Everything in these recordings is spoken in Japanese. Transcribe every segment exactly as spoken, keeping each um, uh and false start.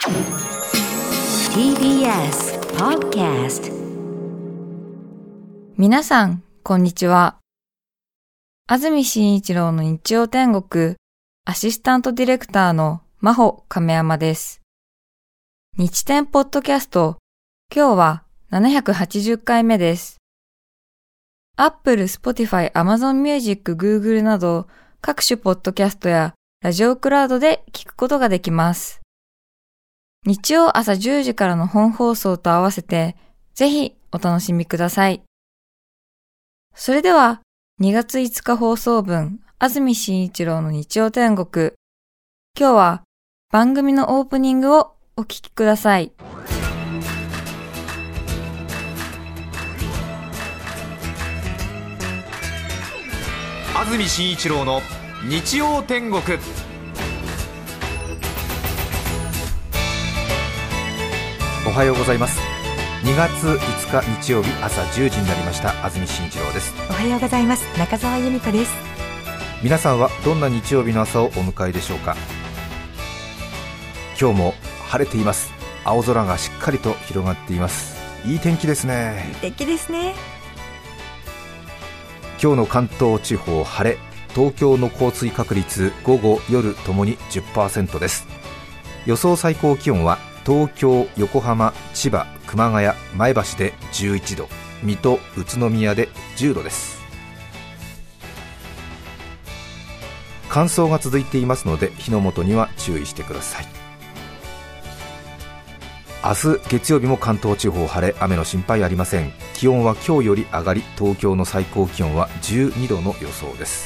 ティービーエス Podcast。 皆さんこんにちは。安住紳一郎の日曜天国アシスタントディレクターの真帆亀山です。日天ポッドキャスト、今日はななひゃくはちじゅっかいめです。Apple、Spotify、Amazon Music、Google など各種ポッドキャストやラジオクラウドで聞くことができます。日曜朝じゅうじからの本放送と合わせてぜひお楽しみください。それではにがついつか放送分、安住紳一郎の日曜天国。今日は番組のオープニングをお聞きください。 安住紳一郎の日曜天国。おはようございます。にがついつか日曜日朝じゅうじになりました。安住紳一郎です。 おはようございます。中澤由美子です。 皆さんはどんな日曜日の朝をお迎えでしょうか。今日も晴れています。青空がしっかりと広がっています。いい天気ですね。 いい天気ですね。 今日の関東地方晴れ、東京の降水確率午後夜ともに じゅっパーセント です。予想最高気温は東京、横浜、千葉、熊谷、前橋でじゅういちど、水戸、宇都宮でじゅうどです。乾燥が続いていますので火の元には注意してください。明日月曜日も関東地方晴れ、雨の心配ありません。気温は今日より上がり、東京の最高気温はじゅうにどの予想です。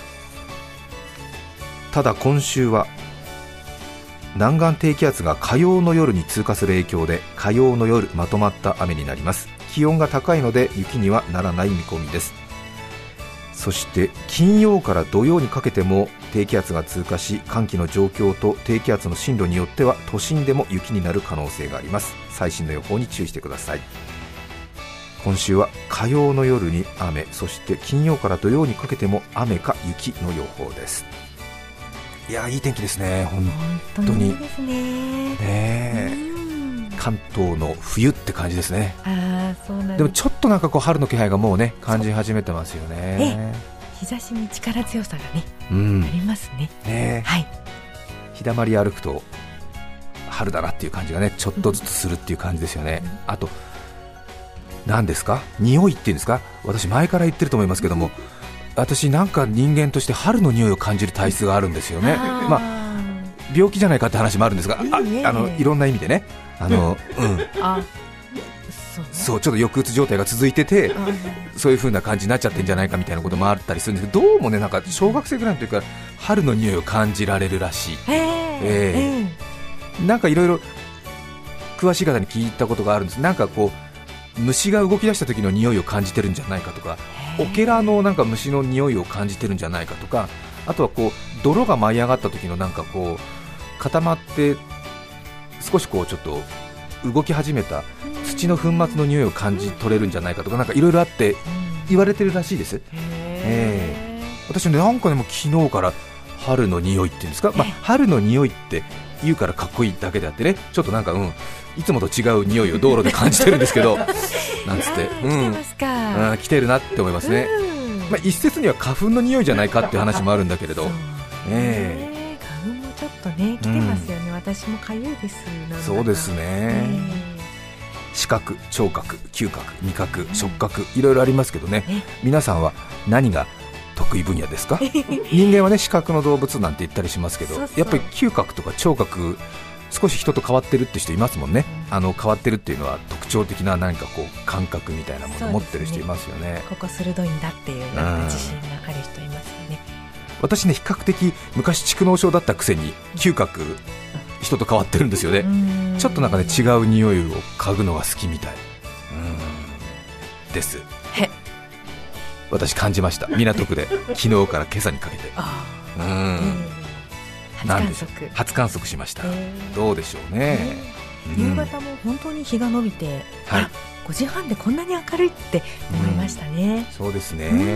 ただ今週は南岸低気圧が火曜の夜に通過する影響で、火曜の夜まとまった雨になります。気温が高いので雪にはならない見込みです。そして金曜から土曜にかけても低気圧が通過し、寒気の状況と低気圧の進路によっては都心でも雪になる可能性があります。最新の予報に注意してください。今週は火曜の夜に雨、そして金曜から土曜にかけても雨か雪の予報です。いや、いい天気ですね。本当に、 本当にいいですね。 ねえ、関東の冬って感じですね。 あ、そうなんです。 でもちょっとなんかこう春の気配がもうね感じ始めてますよね。 え日差しに力強さがね、 うん、 ありますね。 ね、 はい、 日だまり歩くと春だなっていう感じがねちょっとずつするっていう感じですよね。うん、あと何ですか、匂いっていうんですか。私前から言ってると思いますけども、私なんか人間として春の匂いを感じる体質があるんですよね。あ、まあ、病気じゃないかって話もあるんですが、あ、あのいろんな意味でね、あの、うん、あ、そうそう、ちょっと抑うつ状態が続いてて、そういう風な感じになっちゃってんじゃないかみたいなこともあったりするんですけど、どうもね、なんか小学生ぐらいの時から春の匂いを感じられるらしい。えー、なんかいろいろ詳しい方に聞いたことがあるんです。なんかこう虫が動き出した時の匂いを感じてるんじゃないかとか、オケラのなんか虫の匂いを感じてるんじゃないかとか、あとはこう泥が舞い上がった時のなんかこう固まって少しこうちょっと動き始めた土の粉末の匂いを感じ取れるんじゃないかとか、なんかいろいろあって言われてるらしいです。えー、私ね、なんかでも昨日から春の匂いっていうんですか、まあ、春の匂いって言うからかっこいいだけであってね、ちょっとなんか、うん、いつもと違う匂いを道路で感じてるんですけどなんつって、うん、来てますか。うん、来てるなって思いますね。まあ、一説には花粉の匂いじゃないかっていう話もあるんだけれど、えー、花粉もちょっとね来てますよね。うん、私もかゆいです。なんだかそうですね。えー、視覚、聴覚、嗅覚、味覚、触覚、いろいろありますけどね、皆さんは何が得意分野ですか？人間はね視覚の動物なんて言ったりしますけど、そうそう、やっぱり嗅覚とか聴覚少し人と変わってるって人いますもんね。うん、あの変わってるっていうのは特徴的な何かこう感覚みたいなものを持ってる人いますよね。 ここ鋭いんだっていうなんか自信がある人いますよね。 私ね、比較的昔蓄能症だったくせに嗅覚人と変わってるんですよね。ちょっとなんかね違う匂いを嗅ぐのが好きみたい。うんです。へ、私感じました。港区で昨日から今朝にかけて。あ、うん、えー、なんでしょう、初観測しました。えー、どうでしょうね。 えー、夕方も本当に日が伸びて、はい、ごじはんでこんなに明るいって思いましたね。 うん、そうですね。うん、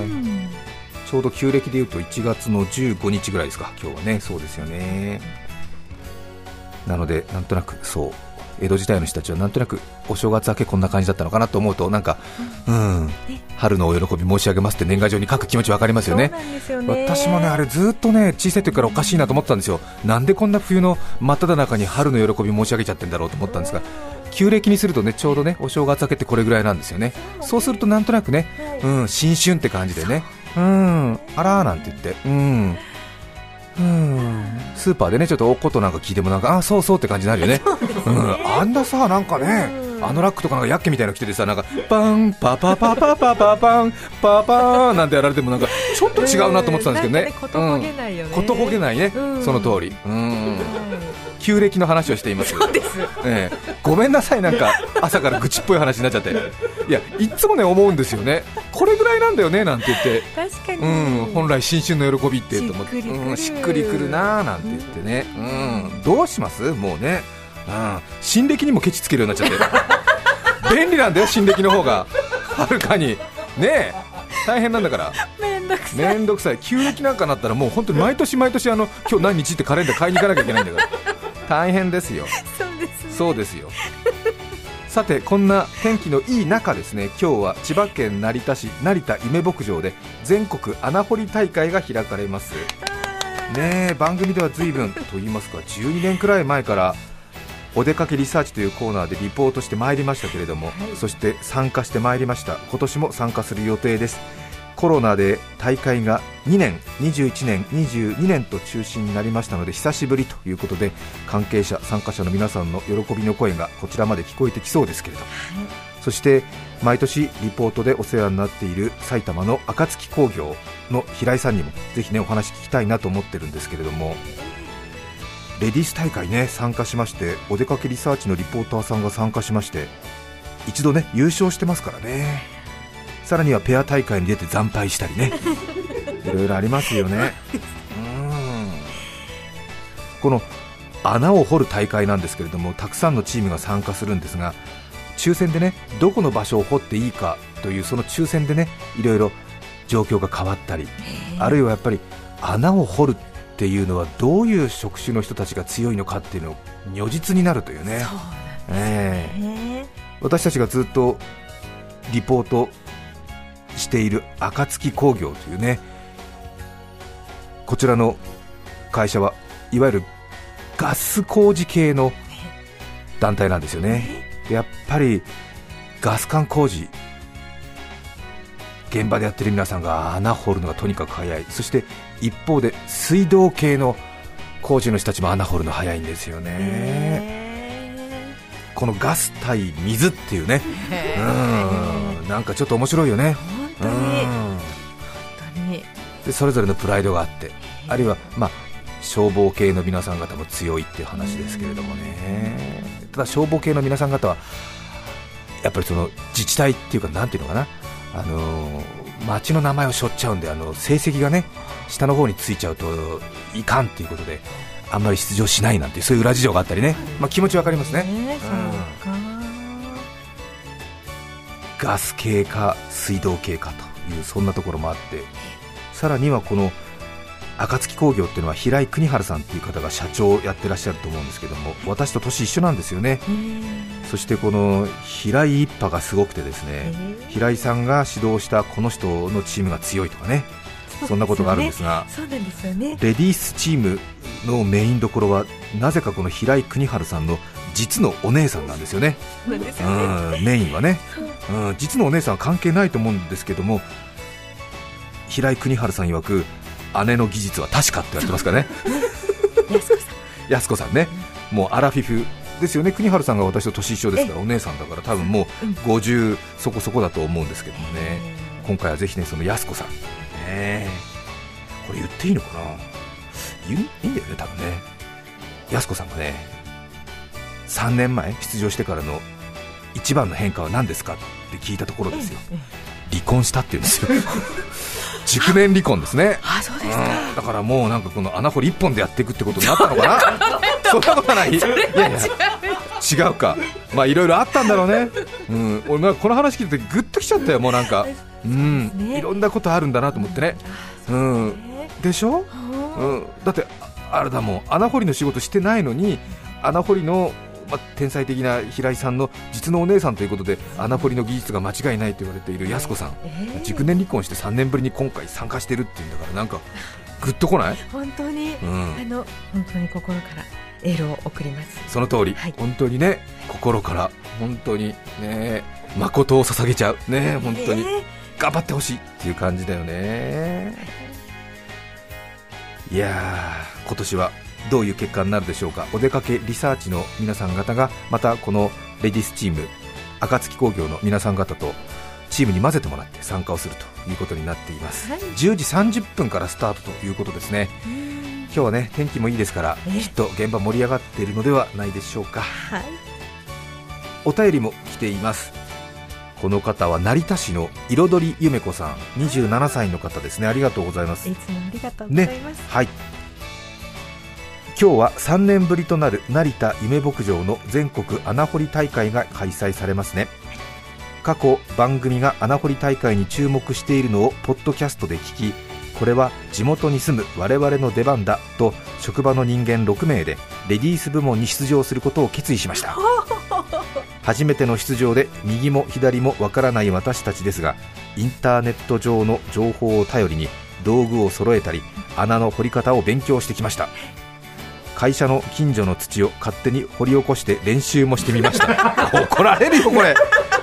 ちょうど旧暦でいうといちがつのじゅうごにちぐらいですか、今日はね。そうですよね。 なのでなんとなくそう江戸時代の人たちはなんとなくお正月明けこんな感じだったのかなと思うと、なんか、うん、うん、春のお喜び申し上げますって年賀状に書く気持ち分かりますよね。 そうなんですよね。 私もねあれずっとね小さい時からおかしいなと思ってたんですよ。なんでこんな冬の真っ只中に春の喜び申し上げちゃってんだろうと思ったんですが、旧暦にするとねちょうどねお正月明けってこれぐらいなんですよね。そうするとなんとなくね、うん、新春って感じでね、うん、あらーなんて言って、うんうん、スーパーでねちょっとおことなんか聞いてもなんかあそうそうって感じになるよね。うん、あんなさなんかね、あのラックとかなんかヤッケみたいなの着ててさ、なんかパンパパパパパパパンパパーンなんてやられてもなんかちょっと違うなと思ってたんですけどね。 ことほげないよね。 ことほげないね、その通り。うん、旧暦の話をしています。 そうです、 ええ、ごめんなさい、なんか朝から愚痴っぽい話になっちゃって。いやいつもね思うんですよね、これぐらいなんだよねなんて言って、 確かに、 うん、本来新春の喜びってと思って、うん、しっくりくるなーなんて言ってね、うん、どうしますもうね、うん、新暦にもケチつけるようになっちゃって便利なんだよ新暦の方がはるかにねえ、大変なんだからめんどくさいめんどくさい。旧暦なんかなったらもう本当に毎年毎年あの今日何日ってカレンダー買いに行かなきゃいけないんだから大変ですよ。 そうですね、 そうですよ。さてこんな天気のいい中ですね、今日は千葉県成田市成田夢牧場で全国穴掘り大会が開かれますね。え番組では随分と言いますかじゅうにねんくらい前からお出かけリサーチというコーナーでリポートしてまいりましたけれども、はい、そして参加してまいりました。今年も参加する予定です。コロナで大会がにねん、にじゅういちねん、にじゅうにねんと中止になりましたので久しぶりということで、関係者参加者の皆さんの喜びの声がこちらまで聞こえてきそうですけれども、はい、そして毎年リポートでお世話になっている埼玉の暁工業の平井さんにもぜひねお話聞きたいなと思ってるんですけれども、レディース大会ね参加しまして、お出かけリサーチのリポーターさんが参加しまして一度ね優勝してますからね。さらにはペア大会に出て惨敗したりねいろいろありますよね。うんこの穴を掘る大会なんですけれども、たくさんのチームが参加するんですが、抽選でねどこの場所を掘っていいかというその抽選でねいろいろ状況が変わったり、あるいはやっぱり穴を掘るっていうのはどういう職種の人たちが強いのかっていうのを如実になるというね。そうなんですね、えー、私たちがずっとリポートしている暁工業というね、こちらの会社はいわゆるガス工事系の団体なんですよね。やっぱりガス管工事現場でやってる皆さんが穴掘るのがとにかく早い。そして一方で水道系の工事の人たちも穴掘るの早いんですよね。このガス対水っていうね、うん、なんかちょっと面白いよね。本当に、本当にでそれぞれのプライドがあって、あるいは、まあ、消防系の皆さん方も強いっていう話ですけれどもね。ただ消防系の皆さん方はやっぱりその自治体っていうかなんていうのかな、あのー、町の名前を背負っちゃうんで、あの成績がね下の方についちゃうといかんっていうことであんまり出場しないなんてそういう裏事情があったりね、まあ、気持ちわかりますね、えー、そうか、ガス系か水道系かというそんなところもあって、さらにはこの暁工業っていうのは平井邦治さんっていう方が社長をやってらっしゃると思うんですけども、私と年一緒なんですよね。そしてこの平井一派がすごくてですね、平井さんが指導したこの人のチームが強いとかね、そんなことがあるんですが、 そうなんですよね。 レディースチームのメインどころはなぜかこの平井邦治さんの実のお姉さんなんですよね。そうですよね、うん、メインはね、うん、実のお姉さんは関係ないと思うんですけども、平井邦治さん曰く姉の技術は確かって言われてますからね安子さん安子さんね、もうアラフィフですよね。邦治さんが私と年一緒ですからお姉さんだから多分もうごじゅうそこそこだと思うんですけどもね、今回はぜひねその安子さん、ね、これ言っていいのかな、言ういいんだよね多分ね。安子さんがねさんねんまえ出場してからの一番の変化は何ですかって聞いたところですよ、離婚したって言うんですよ熟年離婚ですね。 あ、そうですか、 うん、だからもうなんかこの穴掘り一本でやっていくってことになったのかなそんなことはない。いやいや違うか、まあいろいろあったんだろうね、うん、俺なんかこの話聞いてグッときちゃったよ。もうなんか、うん、いろんなことあるんだなと思ってね、うん、でしょ、うん、だってあれだもん、穴掘りの仕事してないのに穴掘りの、まあ、天才的な平井さんの実のお姉さんということで穴掘りの技術が間違いないと言われている安子さん、 えー、 熟年離婚してさんねんぶりに今回参加してるっていうんだからなんかグッとこない？ 本当に、 うん、 あの本当に心からエールを送ります。 その通り、はい、本当にね心から本当にね誠を捧げちゃうね本当に、えー、頑張ってほしいっていう感じだよね。いやー今年はどういう結果になるでしょうか。お出かけリサーチの皆さん方がまたこのレディースチーム暁工業の皆さん方とチームに混ぜてもらって参加をするということになっています、はい、じゅうじさんじゅっぷんからスタートということですね。今日はね天気もいいですからきっと現場盛り上がっているのではないでしょうか、はい、お便りも来ています。この方は成田市の彩りゆめ子さん、にじゅうななさいの方ですね。ありがとうございます。 いつもありがとうございます、 ね、はい。今日はさんねんぶりとなる成田夢牧場の全国穴掘り大会が開催されますね。過去番組が穴掘り大会に注目しているのをポッドキャストで聞き、これは地元に住む我々の出番だと職場の人間ろくめいでレディース部門に出場することを決意しました。初めての出場で右も左もわからない私たちですが、インターネット上の情報を頼りに道具を揃えたり穴の掘り方を勉強してきました。会社の近所の土を勝手に掘り起こして練習もしてみました。怒られるよこれ。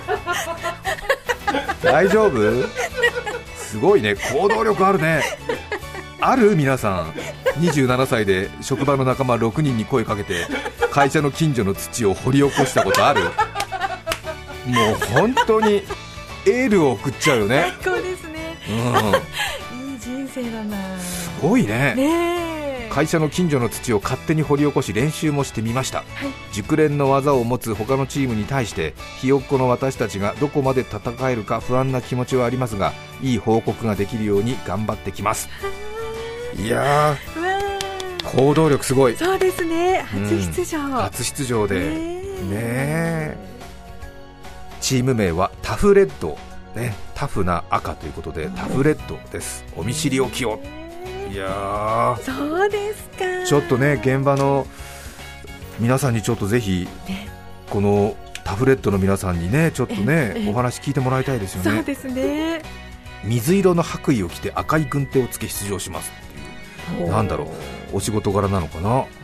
大丈夫？すごいね、行動力あるね。ある？皆さんにじゅうななさいで職場の仲間ろくにんに声かけて会社の近所の土を掘り起こしたことある？もう本当にエールを送っちゃうよね。 最高ですね、うん、いい人生だな。 すごい ね, ね会社の近所の土を勝手に掘り起こし練習もしてみました、はい、熟練の技を持つ他のチームに対してひよっこの私たちがどこまで戦えるか不安な気持ちはありますが、いい報告ができるように頑張ってきます。いやー行動力すごい。 そうですね、初出場、うん、 初出場でね。チーム名はタフレッド、ね、タフな赤ということでタフレッドです。お見知りおきを。いやーそうですか。 ちょっとね現場の皆さんにちょっとぜひ、ね、このタフレッドの皆さんにねちょっとねお話聞いてもらいたいですよね。 そうですね。 水色の白衣を着て赤い軍手をつけ出場しますっていう、なんだろうお仕事柄なのかな、ね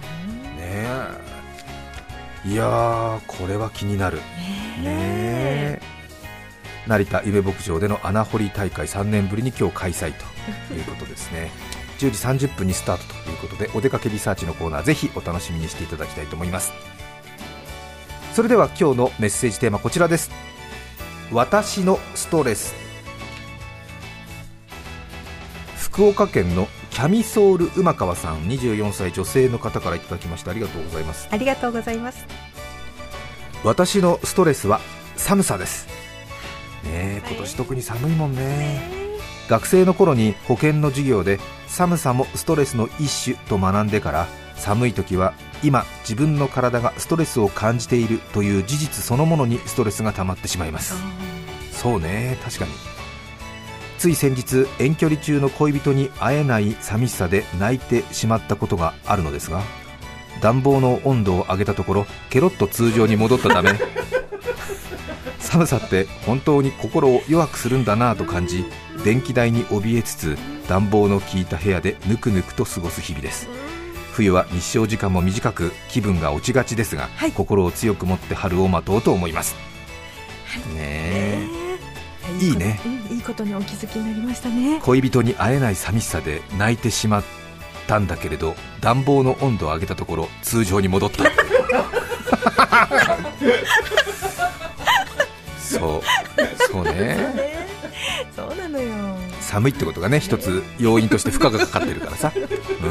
え。いやーこれは気になる、ねえ。成田夢牧場での穴掘り大会さんねんぶりに今日開催ということですね。じゅうじさんじゅっぷんにスタートということでお出かけリサーチのコーナーぜひお楽しみにしていただきたいと思います。それでは今日のメッセージテーマこちらです。私のストレス。福岡県のキャミソール馬川さん、にじゅうよんさい女性の方からいただきました。ありがとうございます。 ありがとうございます。 私のストレスは寒さです、ね、今年特に寒いもんね。学生の頃に保健の授業で寒さもストレスの一種と学んでから、寒い時は今自分の体がストレスを感じているという事実そのものにストレスが溜まってしまいます。そうね、確かに。つい先日遠距離中の恋人に会えない寂しさで泣いてしまったことがあるのですが、暖房の温度を上げたところケロッと通常に戻ったため寒さって本当に心を弱くするんだなぁと感じ、電気代に怯えつつ暖房の効いた部屋でぬくぬくと過ごす日々です。冬は日照時間も短く気分が落ちがちですが、はい、心を強く持って春を待とうと思います、はい、ねえ、いいね、 うん、いいことにお気づきになりましたね。 恋人に会えない寂しさで泣いてしまったんだけれど、暖房の温度を上げたところ通常に戻ったそうそうね、 そうなのよ。 寒いってことがね一つ要因として負荷がかかってるからさ、うん、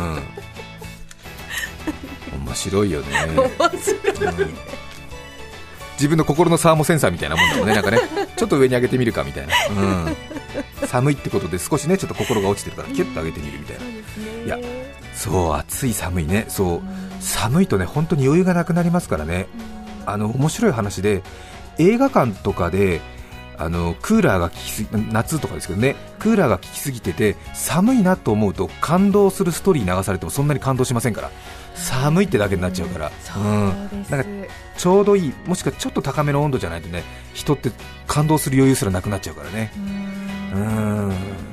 面白いよね。 面白い、うん、 自分の心のサーモセンサーみたいなもんだもんね。なんかねちょっと上に上げてみるかみたいな、うん、寒いってことで少しねちょっと心が落ちてるからキュッと上げてみるみたいな、うん、いやそう暑い寒いね、そう、うん、寒いとね本当に余裕がなくなりますからね、うん、あの面白い話で映画館とかであのクーラーが効きすぎ、夏とかですけどねクーラーが効きすぎてて寒いなと思うと感動するストーリー流されてもそんなに感動しませんから、寒いってだけになっちゃうから、 うん、そうです。 なんかちょうどいい、もしくはちょっと高めの温度じゃないとね、人って感動する余裕すらなくなっちゃうからね。うーん、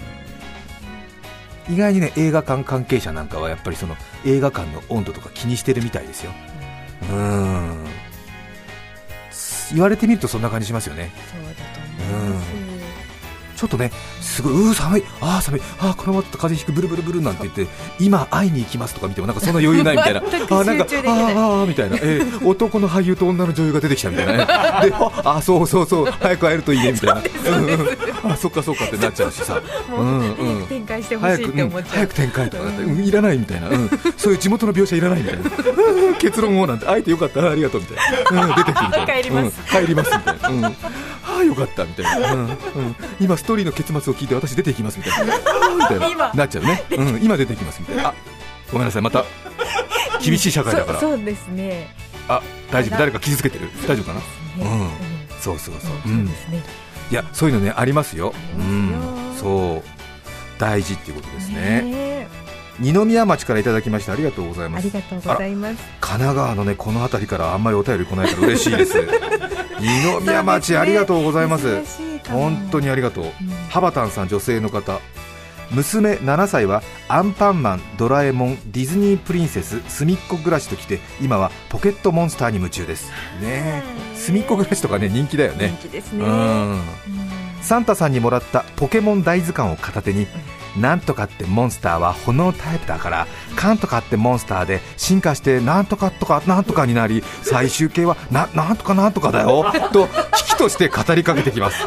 意外にね映画館関係者なんかはやっぱりその映画館の温度とか気にしてるみたいですよ。うーん、言われてみるとそんな感じしますよね。 そうだと思います。 ちょっとね、すごいうー寒い、あー寒い、あーこのまま風邪ひく、ブルブルブルなんて言って今会いに行きますとか見てもなんかそんな余裕ないみたいなあーなんかあーあーみたいな、えー、男の俳優と女の女優が出てきたみたいなねであーそうそうそう早く会えるといいねみたいな、うん、あそっかそっかってなっちゃうしさ、 もう早く展開してほしいって思っちゃう、 早く展開とかだって、うん、いらないみたいな、うん、そういう地元の描写いらないみたいな結論をなんて会えてよかったありがとうみたいな、うん、出てくるみたいな帰ります、 うん、帰りますみたいな、うん、ああよかったみたいな、うんうん、今ストーリーの結末を聞いて私出ていきますみたいなみたいな今なっちゃうね、うん、今出ていきますみたいな、あごめんなさいまた厳しい社会だから、 そ, そうですね、 あ大丈夫、誰か傷つけてる、大丈夫かな、 ね、 うん、そうそうそう、 そうですね、 いやそういうのねありますよ、 ありますよ、 うん、そう大事っていうことですね。 ね、 二宮町からいただきました、ありがとうございます。 ありがとうございます。 神奈川のねこの辺りからあんまりお便り来ないから嬉しいです二宮町、ね、ありがとうございます。本当にありがとう、うん、ハバタンさん、女性の方、娘ななさいはアンパンマン、ドラえもん、ディズニープリンセス、すみっこ暮らしときて今はポケットモンスターに夢中ですね。すみっこ暮らしとかね人気だよね。 人気ですね。 うん、サンタさんにもらったポケモン大図鑑を片手に、なんとかってモンスターは炎タイプだからカンとかってモンスターで進化してなんとかとかなんとかになり最終形は な, なんとかなんとかだよと危機として語りかけてきます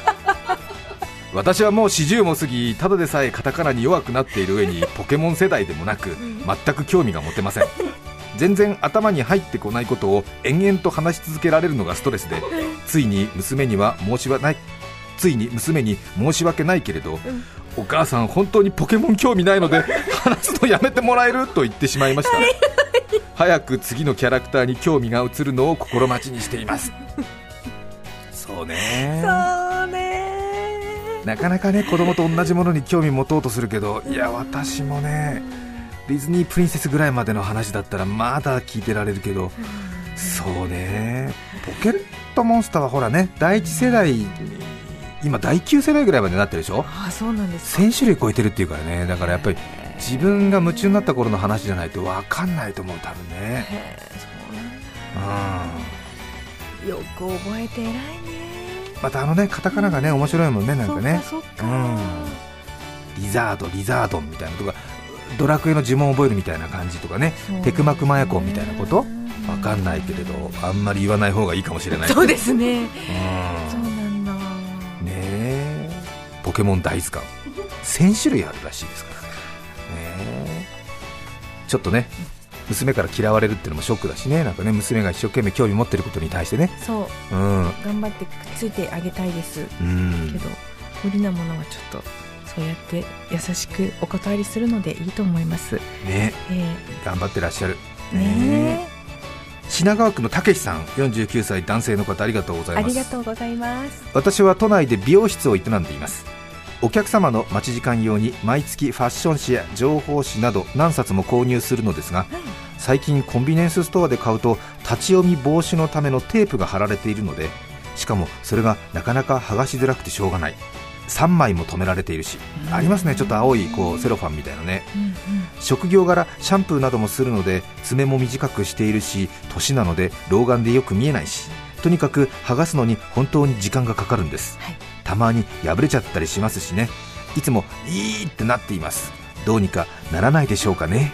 私はもうよんじゅうも過ぎ、ただでさえカタカナに弱くなっている上にポケモン世代でもなく全く興味が持てません。全然頭に入ってこないことを延々と話し続けられるのがストレスで、ついに娘には申し訳ないついに娘に申し訳ないけれど、うん、お母さん本当にポケモン興味ないので話すのやめてもらえると言ってしまいました早く次のキャラクターに興味が移るのを心待ちにしていますそうねそうね、 なかなかね子供と同じものに興味持とうとするけど、いや私もねディズニープリンセスぐらいまでの話だったらまだ聞いてられるけど、そうね、ポケットモンスターはほらね第一世代、今だいきゅう世代ぐらいまでなってるでしょ。 あ、そうなんですか。 せん種類超えてるっていうからね、だからやっぱり自分が夢中になった頃の話じゃないと分かんないと思う、多分ね。 へー、そうなんだ、うん、よく覚えて偉いね。 またあのねカタカナがね面白いもんね、なんかね、 そっかそっか、 うん、リザードリザードンみたいなとか、ドラクエの呪文を覚えるみたいな感じとかね、テクマクマヤコンみたいなこと分かんないけれど、あんまり言わない方がいいかもしれない。 そうですね、 うん、 そうなんだね。 えポケモン大図鑑せん種類あるらしいですからね。ちょっとね娘から嫌われるっていうのもショックだしね、なんかね娘が一生懸命興味持ってることに対してね、 そう、うん、頑張ってくっついてあげたいです、うん、けど無理なものはちょっとそうやって優しくお断りするのでいいと思いますね、 えー、 頑張ってらっしゃるね。ね、 品川区のたけしさん、よんじゅうきゅうさい男性の方、ありがとうございます。 ありがとうございます。 私は都内で美容室を営んでいます。お客様の待ち時間用に毎月ファッション誌や情報誌など何冊も購入するのですが、はい、最近コンビニエンスストアで買うと立ち読み防止のためのテープが貼られているので、しかもそれがなかなか剥がしづらくてしょうがない。さんまいも止められているし、ありますね、ちょっと青いこうセロファンみたいなね、うんうん、職業柄シャンプーなどもするので爪も短くしているし、年なので老眼でよく見えないし、とにかく剥がすのに本当に時間がかかるんです、はい、たまに破れちゃったりしますしね。いつもいいってなっています。どうにかならないでしょうかね。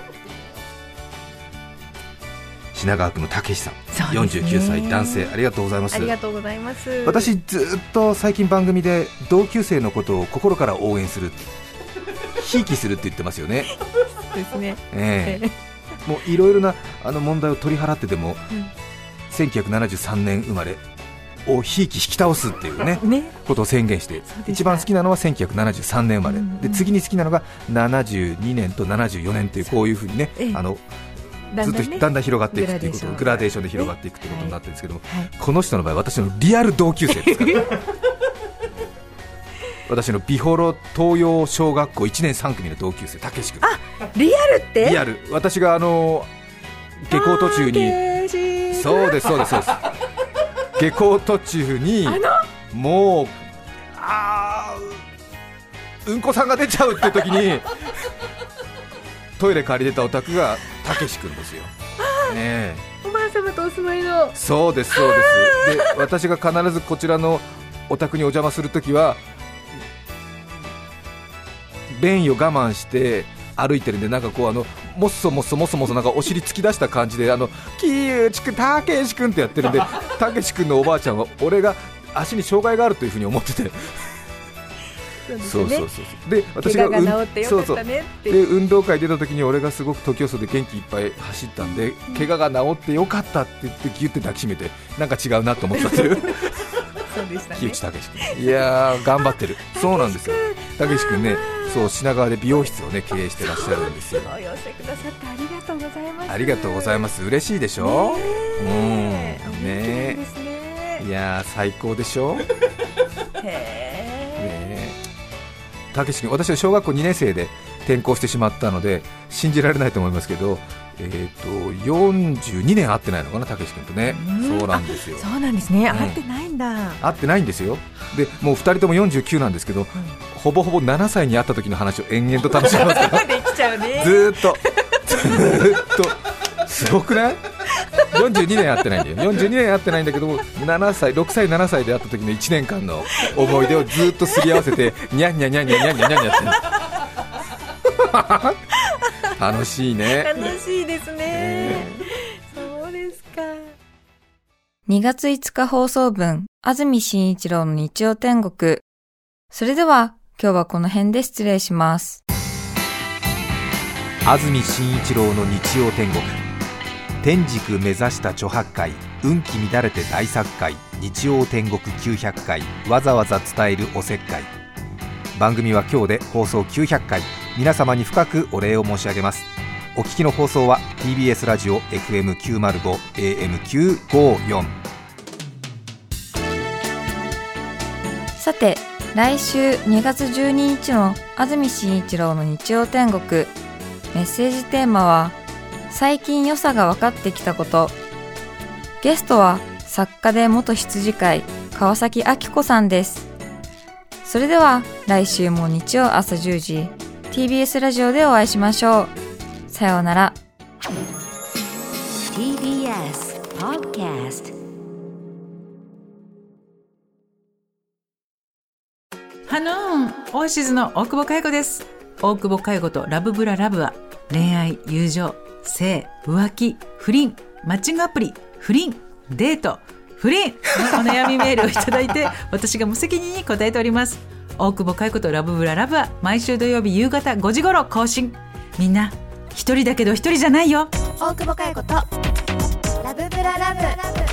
品川区のたけしさん、よんじゅうきゅうさい男性、ありがとうございます。 ありがとうございます。 私ずっと最近番組で同級生のことを心から応援する、ひいきするって言ってますよねですね、 えー、もういろいろなあの問題を取り払ってでも、うん、せんきゅうひゃくななじゅうさんねん生まれをひいき引き倒すっていう ね, ねことを宣言して、一番好きなのはせんきゅうひゃくななじゅうさんねん生まれ、うんうん、で次に好きなのがななじゅうにねんとななじゅうよねんという、こういうふうにね、ええ、あのずっとだんだん広がっていくということ、グラデーションで広がっていくということになってるんですけども、はいはい、この人の場合私のリアル同級生ですから私の美幌東洋小学校いちねんさん組の同級生、たけし君。 あ、リアルってリアル。私があの下校途中に、そうですそうですそうです下校途中にもうあうんこさんが出ちゃうっていう時にトイレ借りてたお宅がたけし君ですよ、ね、えおばあ様とお住まいの。 そうですそうです。で私が必ずこちらのお宅にお邪魔するときは便意を我慢して歩いてるんで、なんかこうあのもっそもっそもっそもっそなんかお尻突き出した感じで、あのきーちくんたけしくんってやってるんで、たけしくんのおばあちゃんは俺が足に障害があるというふうに思ってて、 そうですよね。 そうそうそうで私がが怪我が治ってよかったねってで運動会出た時に俺がすごく徒競走で元気いっぱい走ったんで、怪我が治ってよかったって言ってギュッて抱きしめて、なんか違うなと思ったっていうそうでしたね。 木内武君、いやー頑張ってる。そうなんですよ、武志君ね、そう品川で美容室をね経営してらっしゃるんですよ。 お寄せくださってありがとうございます。 ありがとうございます。嬉しいでしょ。うんねねですね。 いやー最高でしょ。 へー武志君、私は小学校にねん生で転校してしまったので信じられないと思いますけど、えー、とよんじゅうにねん会ってないのかな、たけし君とね。そうなんですよ。 そうなんですね、 うん会ってないんだ。 会ってないんですよ。でもうふたりともよんじゅうきゅうなんですけど、うん、ほぼほぼななさいに会った時の話を延々と楽しみますからできちゃうね。 ずーっとずーっとすごくない？よんじゅうにねん会ってないんだよ。よんじゅうにねん会ってないんだけども、ななさいろくさいななさいで会った時のいちねんかんの思い出をずーっとすり合わせてニャンニャンニャンニャンニャンニャンニャンニャンやってる楽しいね。 楽しいですね、えー、そうですか。 にがついつか放送分、安住紳一郎の日曜天国。それでは今日はこの辺で失礼します。 安住紳一郎の日曜天国、天竺目指した著白海、運気乱れて大作海、日曜天国きゅうひゃっかい、わざわざ伝えるおせっかい。番組は今日で放送きゅうひゃっかい、皆様に深くお礼を申し上げます。お聞きの放送は ティービーエス ラジオ エフエムきゅうまるご エーエムきゅうごよん。 さて、来週にがつじゅうににちの安住紳一郎の日曜天国、メッセージテーマは最近良さが分かってきたこと。ゲストは作家で元羊飼い川崎明子さんです。それでは来週も日曜朝じゅうじ ティービーエス ラジオでお会いしましょう。さようなら。 ティービーエス Podcast。 ハノーンオアシズの大久保佳代子です。大久保佳代子とラブブララブは恋愛、友情、性、浮気、不倫、マッチングアプリ、不倫、デート、不倫のお悩みメールをいただいて私が無責任に答えております。大久保佳代子とラブブララブは毎週土曜日夕方ごじ頃更新。みんな一人だけど一人じゃないよ。 大久保佳代子とラブブララブ